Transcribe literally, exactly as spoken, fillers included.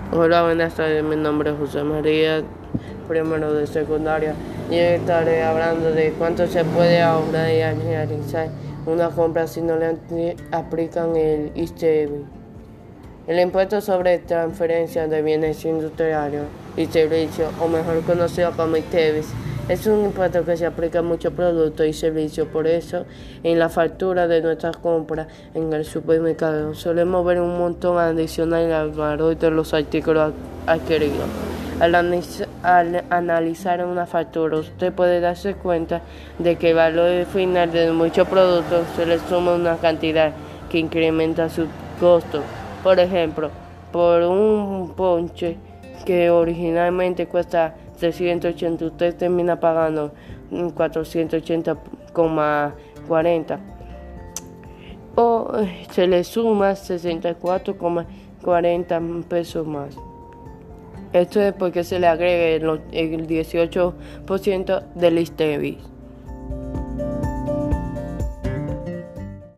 Hola, buenas tardes, mi nombre es José María, primero de secundaria, y hoy estaré hablando de cuánto se puede ahorrar y al realizar una compra si no le aplican el I T B. El impuesto sobre transferencias de bienes industriales y servicios, o mejor conocido como I T B, es un impuesto que se aplica a muchos productos y servicios. Por eso, en la factura de nuestras compras en el supermercado solemos ver un montón adicional al valor de los artículos adquiridos. Al, al analizar una factura, usted puede darse cuenta de que el valor final de muchos productos se le suma una cantidad que incrementa su costo. Por ejemplo, por un ponche que originalmente cuesta trescientos ochenta, usted termina pagando cuatrocientos ochenta coma cuarenta, o se le suma sesenta y cuatro coma cuarenta pesos más. Esto es porque se le agrega el dieciocho por ciento del I T B.